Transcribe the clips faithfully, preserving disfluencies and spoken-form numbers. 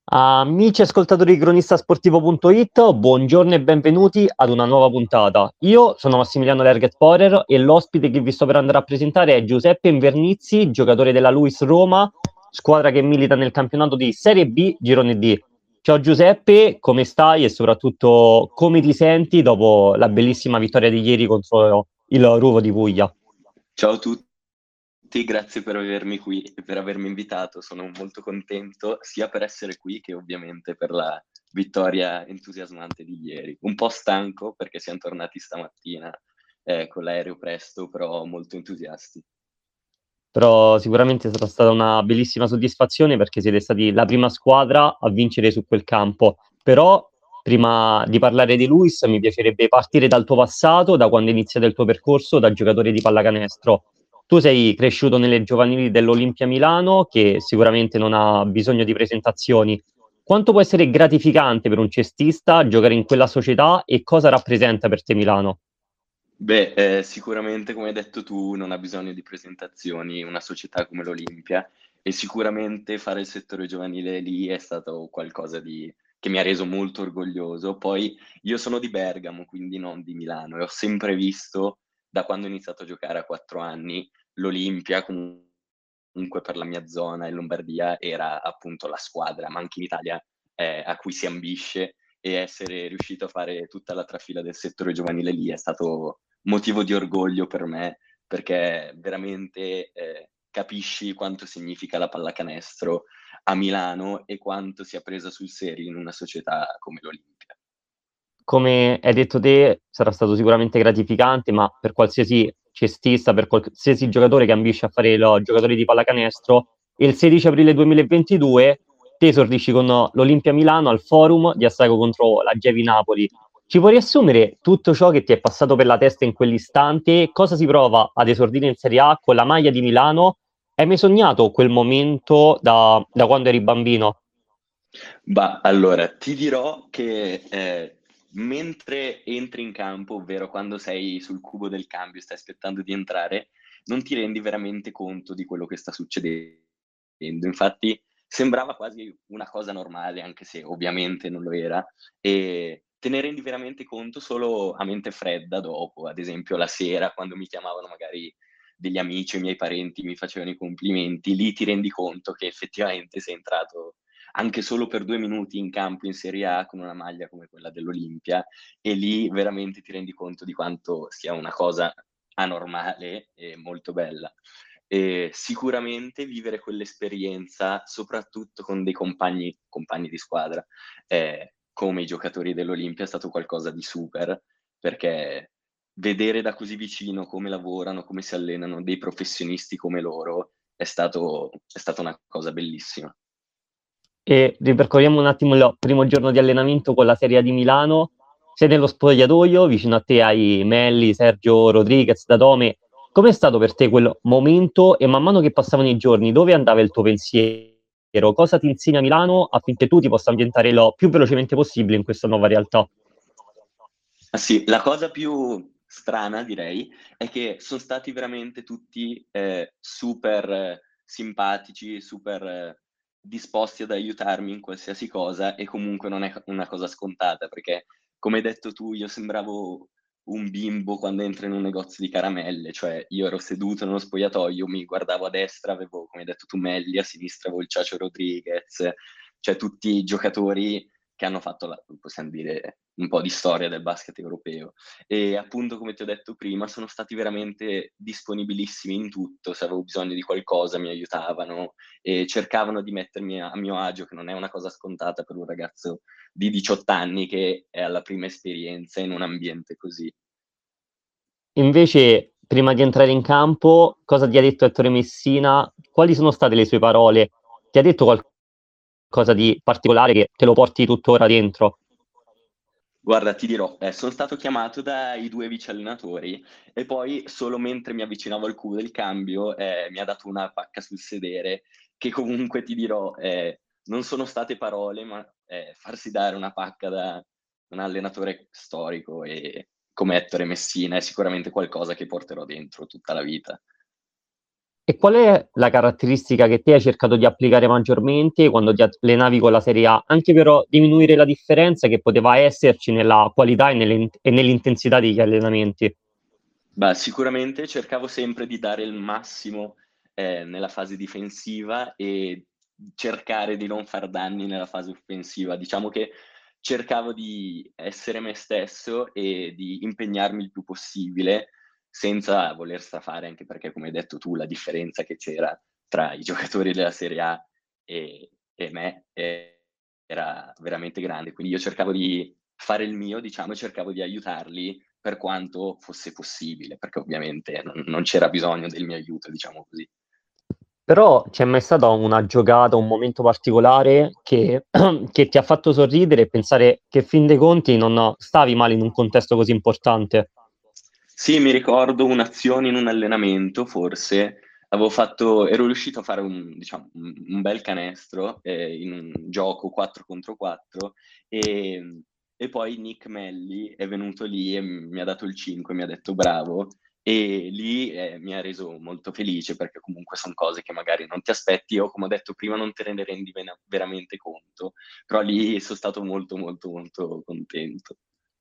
Amici ascoltatori di cronistasportivo punto it, buongiorno e benvenuti ad una nuova puntata. Io sono Massimiliano Lerget Porer e l'ospite che vi sto per andare a presentare è Giuseppe Invernizzi, giocatore della Luis Roma, squadra che milita nel campionato di Serie B Girone D. Ciao Giuseppe, come stai e soprattutto come ti senti dopo la bellissima vittoria di ieri contro il Ruvo di Puglia? Ciao a tutti, grazie per avermi qui e per avermi invitato. Sono molto contento sia per essere qui che ovviamente per la vittoria entusiasmante di ieri. Un po' stanco perché siamo tornati stamattina eh, con l'aereo presto, però molto entusiasti. Però sicuramente sarà stata una bellissima soddisfazione perché siete stati la prima squadra a vincere su quel campo. Però, prima di parlare di Luis, mi piacerebbe partire dal tuo passato, da quando è iniziato il tuo percorso da giocatore di pallacanestro. Tu sei cresciuto nelle giovanili dell'Olimpia Milano, che sicuramente non ha bisogno di presentazioni. Quanto può essere gratificante per un cestista giocare in quella società e cosa rappresenta per te Milano? Beh, eh, sicuramente, come hai detto tu, non ha bisogno di presentazioni una società come l'Olimpia e sicuramente fare il settore giovanile lì è stato qualcosa di, che mi ha reso molto orgoglioso. Poi io sono di Bergamo, quindi non di Milano, e ho sempre visto, da quando ho iniziato a giocare a quattro anni, l'Olimpia comunque per la mia zona in Lombardia era appunto la squadra, ma anche in Italia, eh, a cui si ambisce e essere riuscito a fare tutta la trafila del settore giovanile lì è stato motivo di orgoglio per me, perché veramente eh, capisci quanto significa la pallacanestro a Milano e quanto sia presa sul serio in una società come l'Olimpia. Come hai detto te, sarà stato sicuramente gratificante, ma per qualsiasi cestista, per qualsiasi giocatore che ambisce a fare il giocatore di pallacanestro, il sedici aprile duemilaventidue te esordisci con l'Olimpia Milano al forum di Assago contro la Gevi Napoli. Ci puoi riassumere tutto ciò che ti è passato per la testa in quell'istante? Cosa si prova ad esordire in Serie A con la maglia di Milano? Hai mai sognato quel momento da, da quando eri bambino? Bah, allora, ti dirò che eh, mentre entri in campo, ovvero quando sei sul cubo del cambio e stai aspettando di entrare, non ti rendi veramente conto di quello che sta succedendo. Infatti sembrava quasi una cosa normale, anche se ovviamente non lo era, e te ne rendi veramente conto solo a mente fredda dopo, ad esempio la sera, quando mi chiamavano magari degli amici o i miei parenti, mi facevano i complimenti, lì ti rendi conto che effettivamente sei entrato anche solo per due minuti in campo in Serie A con una maglia come quella dell'Olimpia e lì veramente ti rendi conto di quanto sia una cosa anormale e molto bella. E sicuramente vivere quell'esperienza, soprattutto con dei compagni, compagni di squadra, eh, come i giocatori dell'Olimpia, è stato qualcosa di super, perché vedere da così vicino come lavorano, come si allenano dei professionisti come loro, è stato, è stata una cosa bellissima. E ripercorriamo un attimo il primo giorno di allenamento con la Serie A di Milano. Sei nello spogliatoio, vicino a te hai Melli, Sergio Rodriguez, Datome. Com'è stato per te quel momento e man mano che passavano i giorni, dove andava il tuo pensiero? Cosa ti insegna Milano affinché tu ti possa ambientare il più velocemente possibile in questa nuova realtà? Ah sì, la cosa più strana, direi, è che son stati veramente tutti, ehm, super eh, simpatici, super eh, disposti ad aiutarmi in qualsiasi cosa e comunque non è c una cosa scontata, perché come hai detto tu, io sembravo un bimbo quando entro in un negozio di caramelle, cioè io ero seduto nello spogliatoio, mi guardavo a destra, avevo, come hai detto tu, Melli, a sinistra avevo il Ciacio Rodriguez, cioè tutti i giocatori che hanno fatto la possiam dire, un po' di storia del basket europeo. E appunto, come ti ho detto prima, sono stati veramente disponibilissimi in tutto, se avevo bisogno di qualcosa mi aiutavano e cercavano di mettermi a mio agio, che non è una cosa scontata per un ragazzo di diciotto anni che è alla prima esperienza in un ambiente così. Invece, prima di entrare in campo, cosa ti ha detto Ettore Messina? Quali sono state le sue parole? Ti ha detto qualcosa di particolare che te lo porti tuttora dentro? Guarda, ti dirò, eh, son stato chiamato dai due vice allenatori e poi solo mentre mi avvicinavo al cubo del cambio, ehm, mi ha dato una pacca sul sedere che comunque ti dirò, ehm, non sono state parole, ma, ehm, farsi dare una pacca da un allenatore storico, ehm, come Ettore Messina è sicuramente qualcosa che porterò dentro tutta la vita. E qual è la caratteristica che te hai cercato di applicare maggiormente quando ti allenavi con la Serie A, anche per diminuire la differenza che poteva esserci nella qualità e, nelle- e nell'intensità degli allenamenti? Beh, sicuramente cercavo sempre di dare il massimo, ehm, nella fase difensiva e cercare di non far danni nella fase offensiva. Diciamo che cercavo di essere me stesso e di impegnarmi il più possibile, senza voler strafare, anche perché, come hai detto tu, la differenza che c'era tra i giocatori della Serie A e e me, ehm, era veramente grande. Quindi io cercavo di fare il mio, diciamo, e cercavo di aiutarli per quanto fosse possibile, perché ovviamente non non c'era bisogno del mio aiuto, diciamo così. Però c'è mai stata una giocata, un momento particolare che, che ti ha fatto sorridere e pensare che, fin dei conti, non stavi male in un contesto così importante? Sì, mi ricordo un'azione in un allenamento forse, avevo fatto ero riuscito a fare un diciamo, un un bel canestro, ehm, in un gioco quattro contro quattro, ehm, e poi Nick Melli è venuto lì e mi ha dato il cinque, mi ha detto: "Bravo", e lì, ehm, mi ha reso molto felice perché comunque son cose che magari non ti aspetti o, come ho detto prima, non te ne rendi vena veramente conto, però lì son stato molto, molto, molto contento.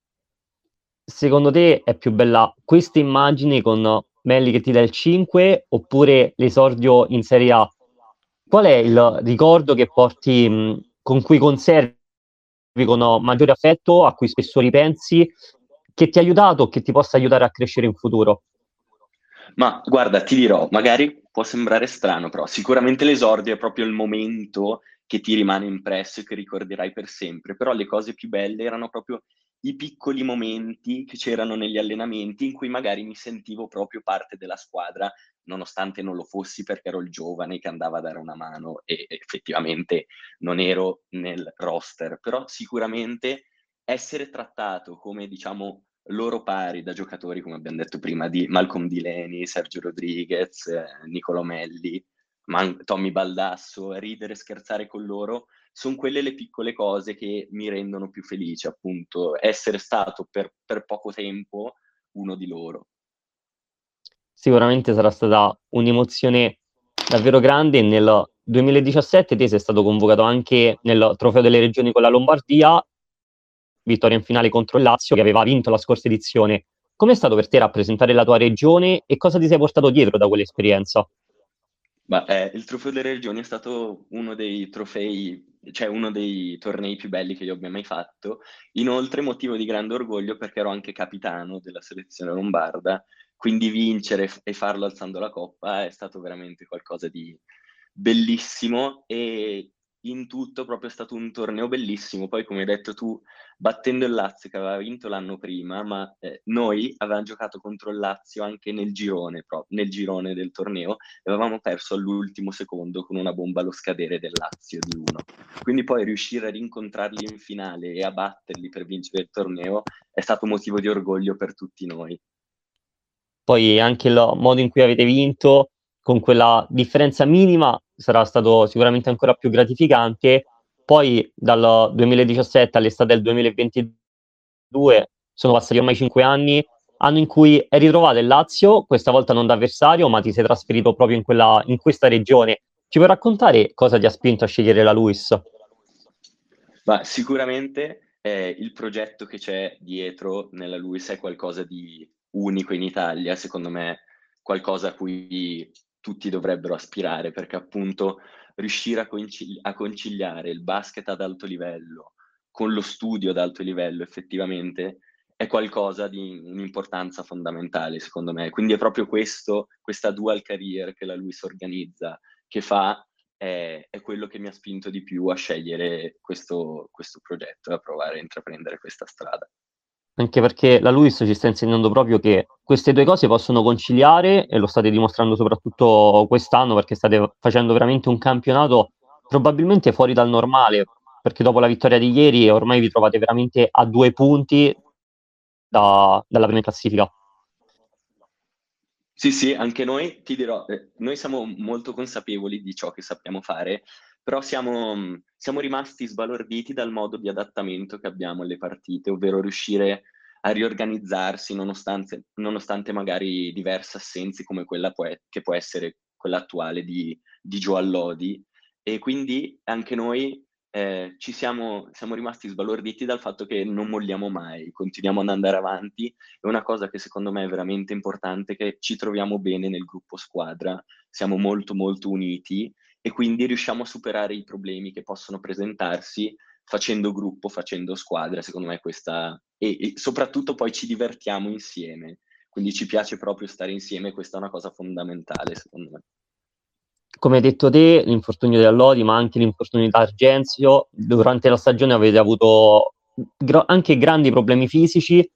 Secondo te è più bella questa immagine con Melli che ti dà il cinque oppure l'esordio in Serie A? Qual è il ricordo che porti, mhmm, con cui conservi con maggiore affetto, a cui spesso ripensi, che ti ha aiutato o che ti possa aiutare a crescere in futuro? Ma guarda, ti dirò, magari può sembrare strano, però sicuramente l'esordio è proprio il momento che ti rimane impresso e che ricorderai per sempre, però le cose più belle erano proprio i piccoli momenti che c'erano negli allenamenti in cui magari mi sentivo proprio parte della squadra, nonostante non lo fossi perché ero il giovane che andava a dare una mano e effettivamente non ero nel roster, però sicuramente essere trattato come, diciamo, loro pari da giocatori, come abbiam detto prima, di Malcolm Delaney, Sergio Rodriguez, ehm, Nicolo Melli, ma an Tommy Baldasso, ridere e scherzare con loro, son quelle le piccole cose che mi rendono più felice, appunto, essere stato per per poco tempo uno di loro. Sicuramente sarà stata un'emozione davvero grande e nel duemiladiciassette te sei stato convocato anche nel Trofeo delle Regioni con la Lombardia, vittoria in finale contro il Lazio che aveva vinto la scorsa edizione. Com'è stato per te rappresentare la tua regione e cosa ti sei portato dietro da quell'esperienza? Ma, ehm, il Trofeo delle Regioni è stato uno dei trofei cioè uno dei tornei più belli che io abbia mai fatto. Inoltre motivo di grande orgoglio perché ero anche capitano della selezione lombarda, quindi vincere f e farlo alzando la coppa è stato veramente qualcosa di bellissimo e in tutto proprio è stato un torneo bellissimo. Poi, come hai detto tu, battendo il Lazio che aveva vinto l'anno prima, ma, ehm, noi avevam giocato contro il Lazio anche nel girone pro nel girone del torneo e avevamo perso all'ultimo secondo con una bomba allo scadere del Lazio di uno. Quindi poi riuscire a rincontrarli in finale e a batterli per vincere il torneo è stato motivo di orgoglio per tutti noi. Poi anche il modo in cui avete vinto, con quella differenza minima, sarà stato sicuramente ancora più gratificante. Poi dal duemiladiciassette all'estate del duemilaventidue sono passati ormai cinque anni, anno in cui hai ritrovato il Lazio, questa volta non da avversario, ma ti sei trasferito proprio in quella in questa regione. Ci puoi raccontare cosa ti ha spinto a scegliere la LUISS? Ma sicuramente, ehm, il progetto che c'è dietro nella LUISS è qualcosa di unico in Italia, secondo me qualcosa a cui tutti dovrebbero aspirare, perché appunto riuscire a coincil a conciliare il basket ad alto livello con lo studio ad alto livello effettivamente, è qualcosa di un'importanza fondamentale secondo me. Quindi è proprio questo questa dual career che la LUISS organizza, che fa è è quello che mi ha spinto di più a scegliere questo questo progetto e a provare a intraprendere questa strada. Anche perché la LUISS ci sta insegnando proprio che queste due cose possono conciliare e lo state dimostrando soprattutto quest'anno, perché state facendo veramente un campionato probabilmente fuori dal normale, perché dopo la vittoria di ieri ormai vi trovate veramente a due punti da dalla prima in classifica. Sì, sì, anche noi, ti dirò, ehm, noi siamo molto consapevoli di ciò che sappiamo fare, però siamo mhmm, siamo rimasti sbalorditi dal modo di adattamento che abbiamo alle partite, ovvero riuscire a riorganizzarsi nonostanze nonostante magari diverse assenze come quella può e che può essere quella attuale di, di Joe Allodi, e quindi anche noi eh, ci siamo, siamo rimasti sbalorditi dal fatto che non molliamo mai, continuiamo ad andare avanti. È una cosa che secondo me è veramente importante, che ci troviamo bene nel gruppo squadra, siamo molto molto uniti e quindi riusciamo a superare i problemi che possono presentarsi facendo gruppo, facendo squadra. Secondo me questa... E, e soprattutto poi ci divertiamo insieme, quindi ci piace proprio stare insieme, questa è una cosa fondamentale secondo me. Come hai detto te, l'infortunio di Allodi, ma anche l'infortunio di D'Argenzio, durante la stagione avete avuto gro- anche grandi problemi fisici,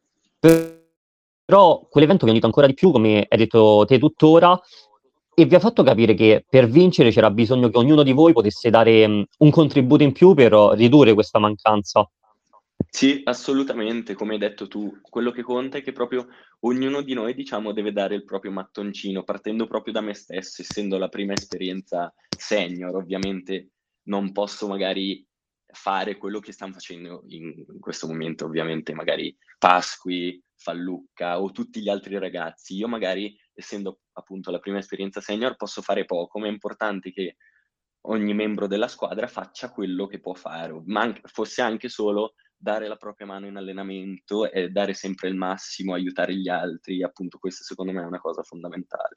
però quell'evento vi ha unito ancora di più, come hai detto te tuttora, e vi ha fatto capire che per vincere c'era bisogno che ognuno di voi potesse dare mh, un contributo in più per ridurre questa mancanza. Sì, assolutamente, come hai detto tu, quello che conta è che proprio ognuno di noi, diciamo, deve dare il proprio mattoncino, partendo proprio da me stesso, essendo la prima esperienza senior, ovviamente non posso magari fare quello che stanno facendo in, in questo momento, ovviamente, magari Pasqui, Fallucca o tutti gli altri ragazzi. Io magari, essendo appunto la prima esperienza senior, posso fare poco, ma è importante che ogni membro della squadra faccia quello che può fare, ma anche, fosse anche solo dare la propria mano in allenamento e dare sempre il massimo, aiutare gli altri, appunto questo secondo me è una cosa fondamentale.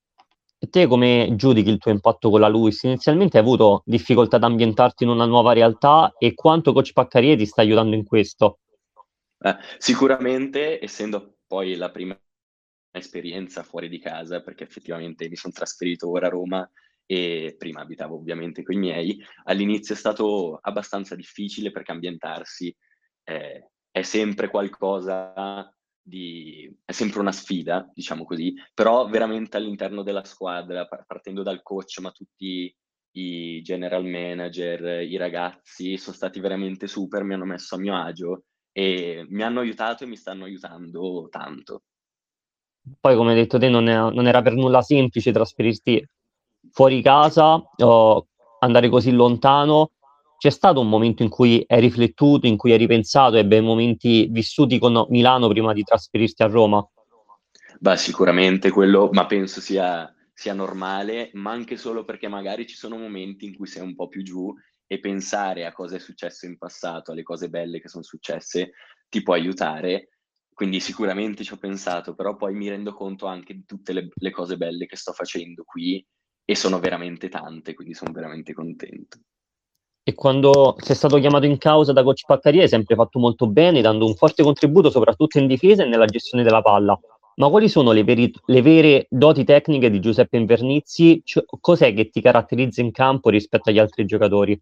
E te come giudichi il tuo impatto con la Luis? Inizialmente hai avuto difficoltà ad ambientarti in una nuova realtà e quanto Coach Paccarie ti sta aiutando in questo? Eh, sicuramente, essendo poi la prima esperienza fuori di casa, perché effettivamente mi sono trasferito ora a Roma e prima abitavo ovviamente con i miei, all'inizio è stato abbastanza difficile perché ambientarsi eh, è sempre qualcosa di... è sempre una sfida, diciamo così, però veramente all'interno della squadra, par- partendo dal coach, ma tutti i general manager, i ragazzi, sono stati veramente super, mi hanno messo a mio agio e mi hanno aiutato e mi stanno aiutando tanto. Poi, come hai detto te, non, è- non era per nulla semplice trasferirti fuori casa o andare così lontano. C'è stato un momento in cui hai riflettuto, in cui hai ripensato, e bei momenti vissuti con Milano prima di trasferirti a Roma? Beh, sicuramente quello, ma penso sia, sia normale, ma anche solo perché magari ci sono momenti in cui sei un po' più giù e pensare a cosa è successo in passato, alle cose belle che sono successe, ti può aiutare. Quindi sicuramente ci ho pensato, però poi mi rendo conto anche di tutte le, le cose belle che sto facendo qui e sono veramente tante, quindi sono veramente contento. E quando sei stato chiamato in causa da Coach Paccaria hai sempre fatto molto bene, dando un forte contributo soprattutto in difesa e nella gestione della palla. Ma quali sono le, veri- le vere doti tecniche di Giuseppe Invernizzi? Cioè, cos'è che ti caratterizza in campo rispetto agli altri giocatori?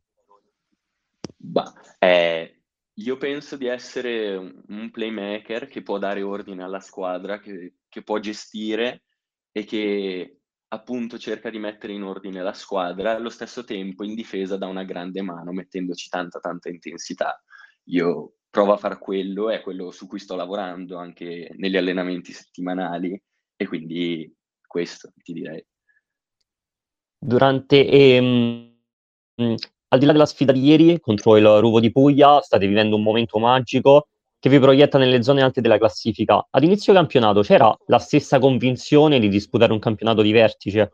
Bah, eh, io penso di essere un un playmaker che può dare ordine alla squadra, che, che può gestire e che appunto cerca di mettere in ordine la squadra, allo stesso tempo in difesa dà una grande mano, mettendoci tanta tanta intensità. Io provo a far quello, è quello su cui sto lavorando anche negli allenamenti settimanali e quindi questo ti direi. Durante, ehm, mh, al di là della sfida di ieri contro il Ruvo di Puglia, state vivendo un momento magico che vi proietta nelle zone alte della classifica. Ad inizio campionato c'era la stessa convinzione di disputare un campionato di vertice?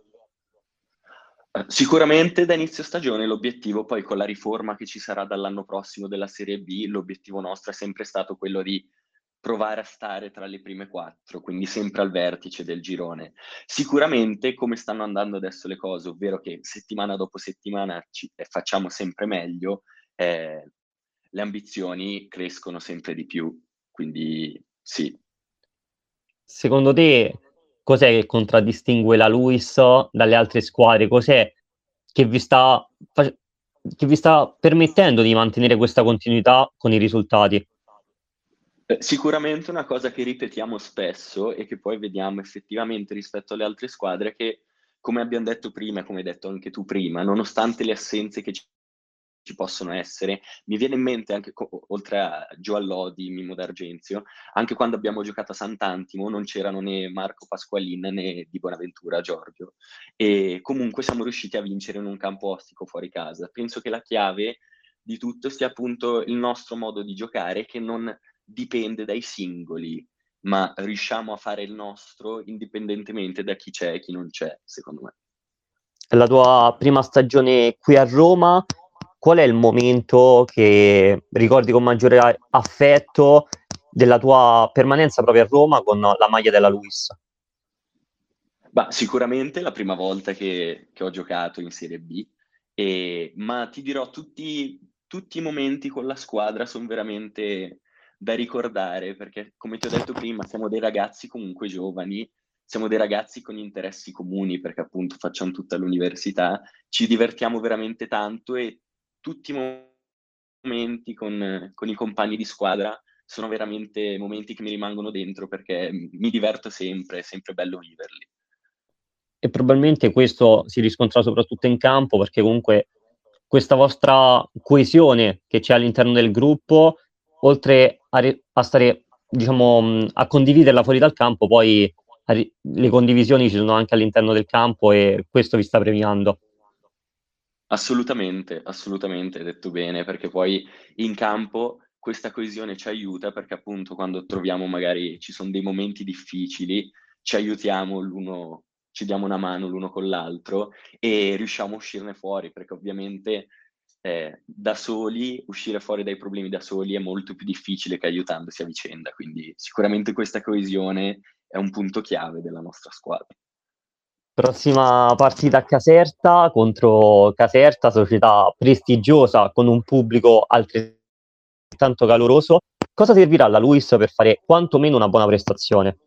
Eh, Sicuramente da inizio stagione l'obiettivo, poi con la riforma che ci sarà dall'anno prossimo della Serie B, l'obiettivo nostro è sempre stato quello di provare a stare tra le prime quattro, quindi sempre al vertice del girone. Sicuramente come stanno andando adesso le cose, ovvero che settimana dopo settimana ci, eh, facciamo sempre meglio, eh, le ambizioni crescono sempre di più, quindi sì. Secondo te, cos'è che contraddistingue la Luis dalle altre squadre? Cos'è che vi sta, face- che vi sta permettendo di mantenere questa continuità con i risultati? Eh, Sicuramente una cosa che ripetiamo spesso e che poi vediamo effettivamente rispetto alle altre squadre è che, come abbiamo detto prima, e come hai detto anche tu prima, nonostante le assenze che ci ci possono essere, mi viene in mente anche, co- oltre a Gio Allodi, Mimo D'Argenzio, anche quando abbiamo giocato a Sant'Antimo non c'erano né Marco Pasqualin né Di Bonaventura Giorgio e comunque siamo riusciti a vincere in un campo ostico fuori casa. Penso che la chiave di tutto sia appunto il nostro modo di giocare che non dipende dai singoli, ma riusciamo a fare il nostro indipendentemente da chi c'è e chi non c'è, secondo me. la tua prima stagione qui a Roma, qual è il momento che ricordi con maggiore a- affetto della tua permanenza proprio a Roma con la maglia della Luis? Bah, sicuramente la prima volta che, che ho giocato in Serie B, e- ma ti dirò, tutti, tutti i momenti con la squadra sono veramente da ricordare, perché come ti ho detto prima, siamo dei ragazzi comunque giovani, siamo dei ragazzi con interessi comuni, perché appunto facciamo tutta l'università, ci divertiamo veramente tanto e tutti i momenti con, con i compagni di squadra sono veramente momenti che mi rimangono dentro perché mi diverto sempre, è sempre bello viverli. E probabilmente questo si riscontra soprattutto in campo, perché comunque questa vostra coesione che c'è all'interno del gruppo, oltre a, re- a stare, diciamo, mh, a condividerla fuori dal campo, poi a ri- le condivisioni ci sono anche all'interno del campo e questo vi sta premiando. Assolutamente, assolutamente, hai detto bene, perché poi in campo questa coesione ci aiuta perché appunto quando troviamo magari ci sono dei momenti difficili, ci aiutiamo l'uno, ci diamo una mano l'uno con l'altro e riusciamo a uscirne fuori, perché ovviamente eh, da soli, uscire fuori dai problemi da soli è molto più difficile che aiutandosi a vicenda, quindi sicuramente questa coesione è un punto chiave della nostra squadra. Prossima partita a Caserta contro Caserta, società prestigiosa con un pubblico altrettanto caloroso. Cosa servirà alla Luis per fare quantomeno una buona prestazione?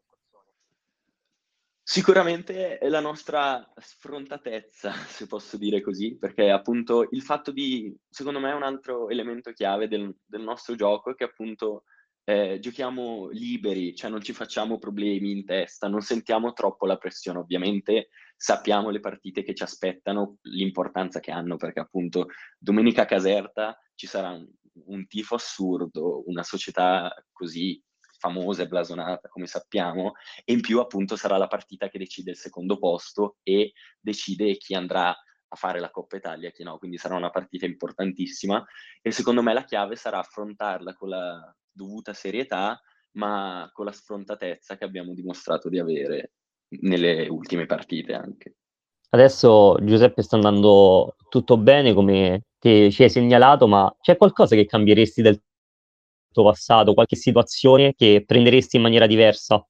Sicuramente è la nostra sfrontatezza, se posso dire così, perché appunto il fatto di, secondo me, un altro elemento chiave del, del nostro gioco è che appunto eh, giochiamo liberi, cioè non ci facciamo problemi in testa, non sentiamo troppo la pressione. Ovviamente sappiamo le partite che ci aspettano, l'importanza che hanno, perché appunto domenica a Caserta ci sarà un, un tifo assurdo, una società così famosa e blasonata come sappiamo, e in più appunto sarà la partita che decide il secondo posto e decide chi andrà a fare la Coppa Italia e chi no, quindi sarà una partita importantissima e secondo me la chiave sarà affrontarla con la dovuta serietà, ma con la sfrontatezza che abbiamo dimostrato di avere nelle ultime partite anche. Adesso Giuseppe sta andando tutto bene come te ci hai segnalato, ma c'è qualcosa che cambieresti del tuo passato, qualche situazione che prenderesti in maniera diversa?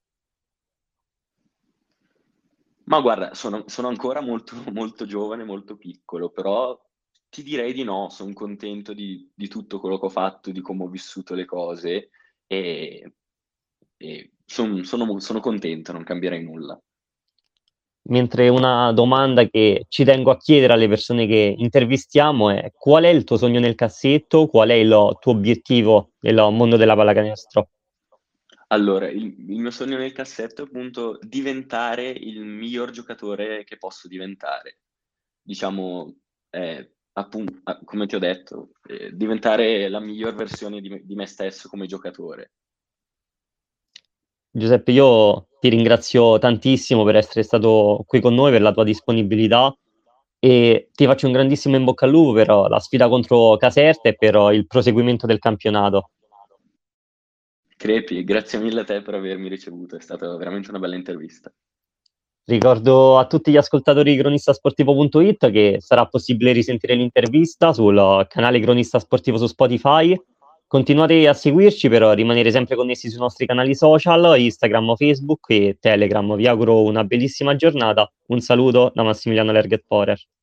Ma guarda, sono, sono ancora molto, molto giovane, molto piccolo, però ti direi di no, sono contento di, di tutto quello che ho fatto, di come ho vissuto le cose e, e son- sono, sono contento, non cambierei nulla. Mentre una domanda che ci tengo a chiedere alle persone che intervistiamo è: qual è il tuo sogno nel cassetto? Qual è il tuo obiettivo nel mondo della pallacanestro? Allora, il, il mio sogno nel cassetto è appunto diventare il miglior giocatore che posso diventare. Diciamo, eh, appun- ah, come ti ho detto, eh, diventare la miglior versione di me, di me stesso come giocatore. Giuseppe, io ti ringrazio tantissimo per essere stato qui con noi, per la tua disponibilità e ti faccio un grandissimo in bocca al lupo per la sfida contro Caserta e per il proseguimento del campionato. Crepi, grazie mille a te per avermi ricevuto, è stata veramente una bella intervista. Ricordo a tutti gli ascoltatori di cronistasportivo punto it che sarà possibile risentire l'intervista sul canale Cronista Sportivo su Spotify. Continuate a seguirci per rimanere sempre connessi sui nostri canali social, Instagram, Facebook e Telegram. Vi auguro una bellissima giornata. Un saluto da Massimiliano Lerget Forer.